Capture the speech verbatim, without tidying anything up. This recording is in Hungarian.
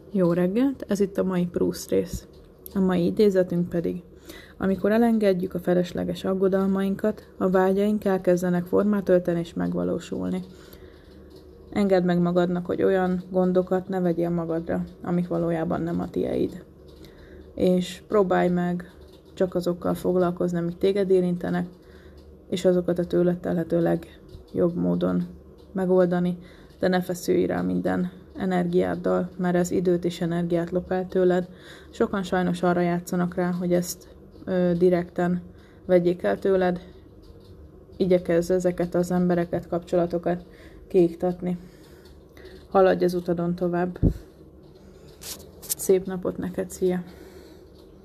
Jó reggelt, ez itt a mai Proust rész. A mai idézetünk pedig: amikor elengedjük a felesleges aggodalmainkat, a vágyaink elkezdenek formát ölteni és megvalósulni. Engedd meg magadnak, hogy olyan gondokat ne vegyél magadra, amik valójában nem a tieid. És próbálj meg csak azokkal foglalkozni, amik téged érintenek, és azokat a tőled telhető legjobb módon megoldani, de ne feszülj rá minden energiáddal, mert ez időt és energiát lop el tőled. Sokan sajnos arra játszanak rá, hogy ezt ö, direkten vegyék el tőled. Igyekezz ezeket az embereket, kapcsolatokat kiiktatni. Haladj az utadon tovább. Szép napot neked, szia!